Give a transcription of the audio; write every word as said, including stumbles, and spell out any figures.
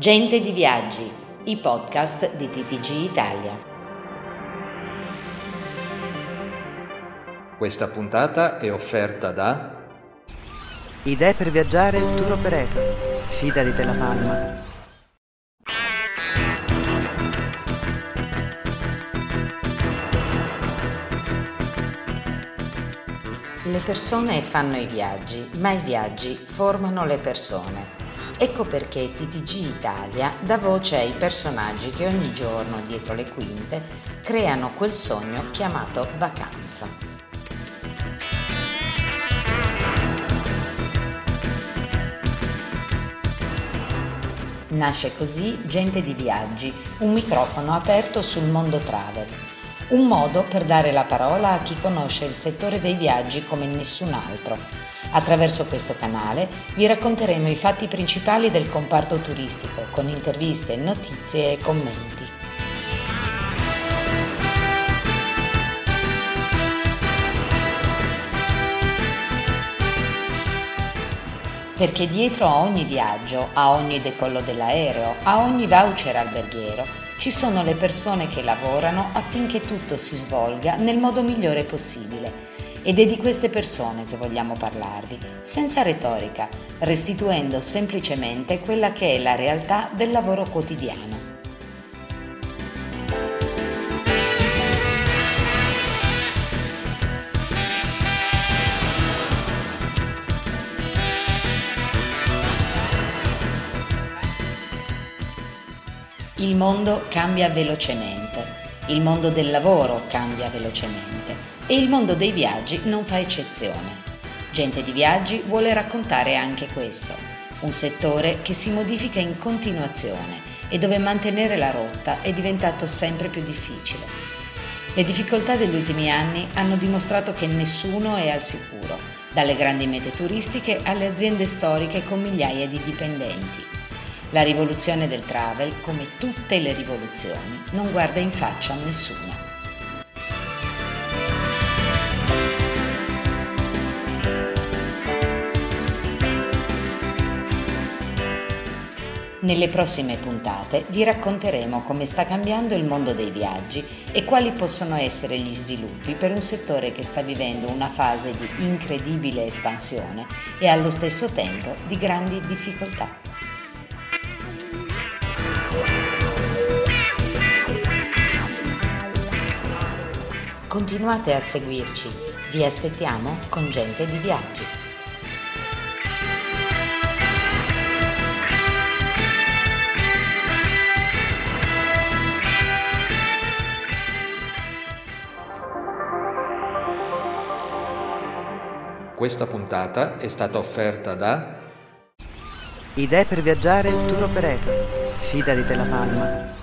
Gente di Viaggi, i podcast di T T G Italia. Questa puntata è offerta da Idee per viaggiare Tour Operator. Fidati della Palma. Le persone fanno i viaggi, ma i viaggi formano le persone. Ecco perché T T G Italia dà voce ai personaggi che ogni giorno, dietro le quinte, creano quel sogno chiamato vacanza. Nasce così Gente di Viaggi, un microfono aperto sul mondo travel. Un modo per dare la parola a chi conosce il settore dei viaggi come nessun altro. Attraverso questo canale vi racconteremo i fatti principali del comparto turistico, con interviste, notizie e commenti. Perché dietro a ogni viaggio, a ogni decollo dell'aereo, a ogni voucher alberghiero, ci sono le persone che lavorano affinché tutto si svolga nel modo migliore possibile. Ed è di queste persone che vogliamo parlarvi, senza retorica, restituendo semplicemente quella che è la realtà del lavoro quotidiano. Il mondo cambia velocemente, il mondo del lavoro cambia velocemente e il mondo dei viaggi non fa eccezione. Gente di Viaggi vuole raccontare anche questo, un settore che si modifica in continuazione e dove mantenere la rotta è diventato sempre più difficile. Le difficoltà degli ultimi anni hanno dimostrato che nessuno è al sicuro, dalle grandi mete turistiche alle aziende storiche con migliaia di dipendenti. La rivoluzione del travel, come tutte le rivoluzioni, non guarda in faccia a nessuno. Nelle prossime puntate vi racconteremo come sta cambiando il mondo dei viaggi e quali possono essere gli sviluppi per un settore che sta vivendo una fase di incredibile espansione e allo stesso tempo di grandi difficoltà. Continuate a seguirci, vi aspettiamo con Gente di Viaggi. Questa puntata è stata offerta da Idee per viaggiare Tour Operator. Fidati della Palma.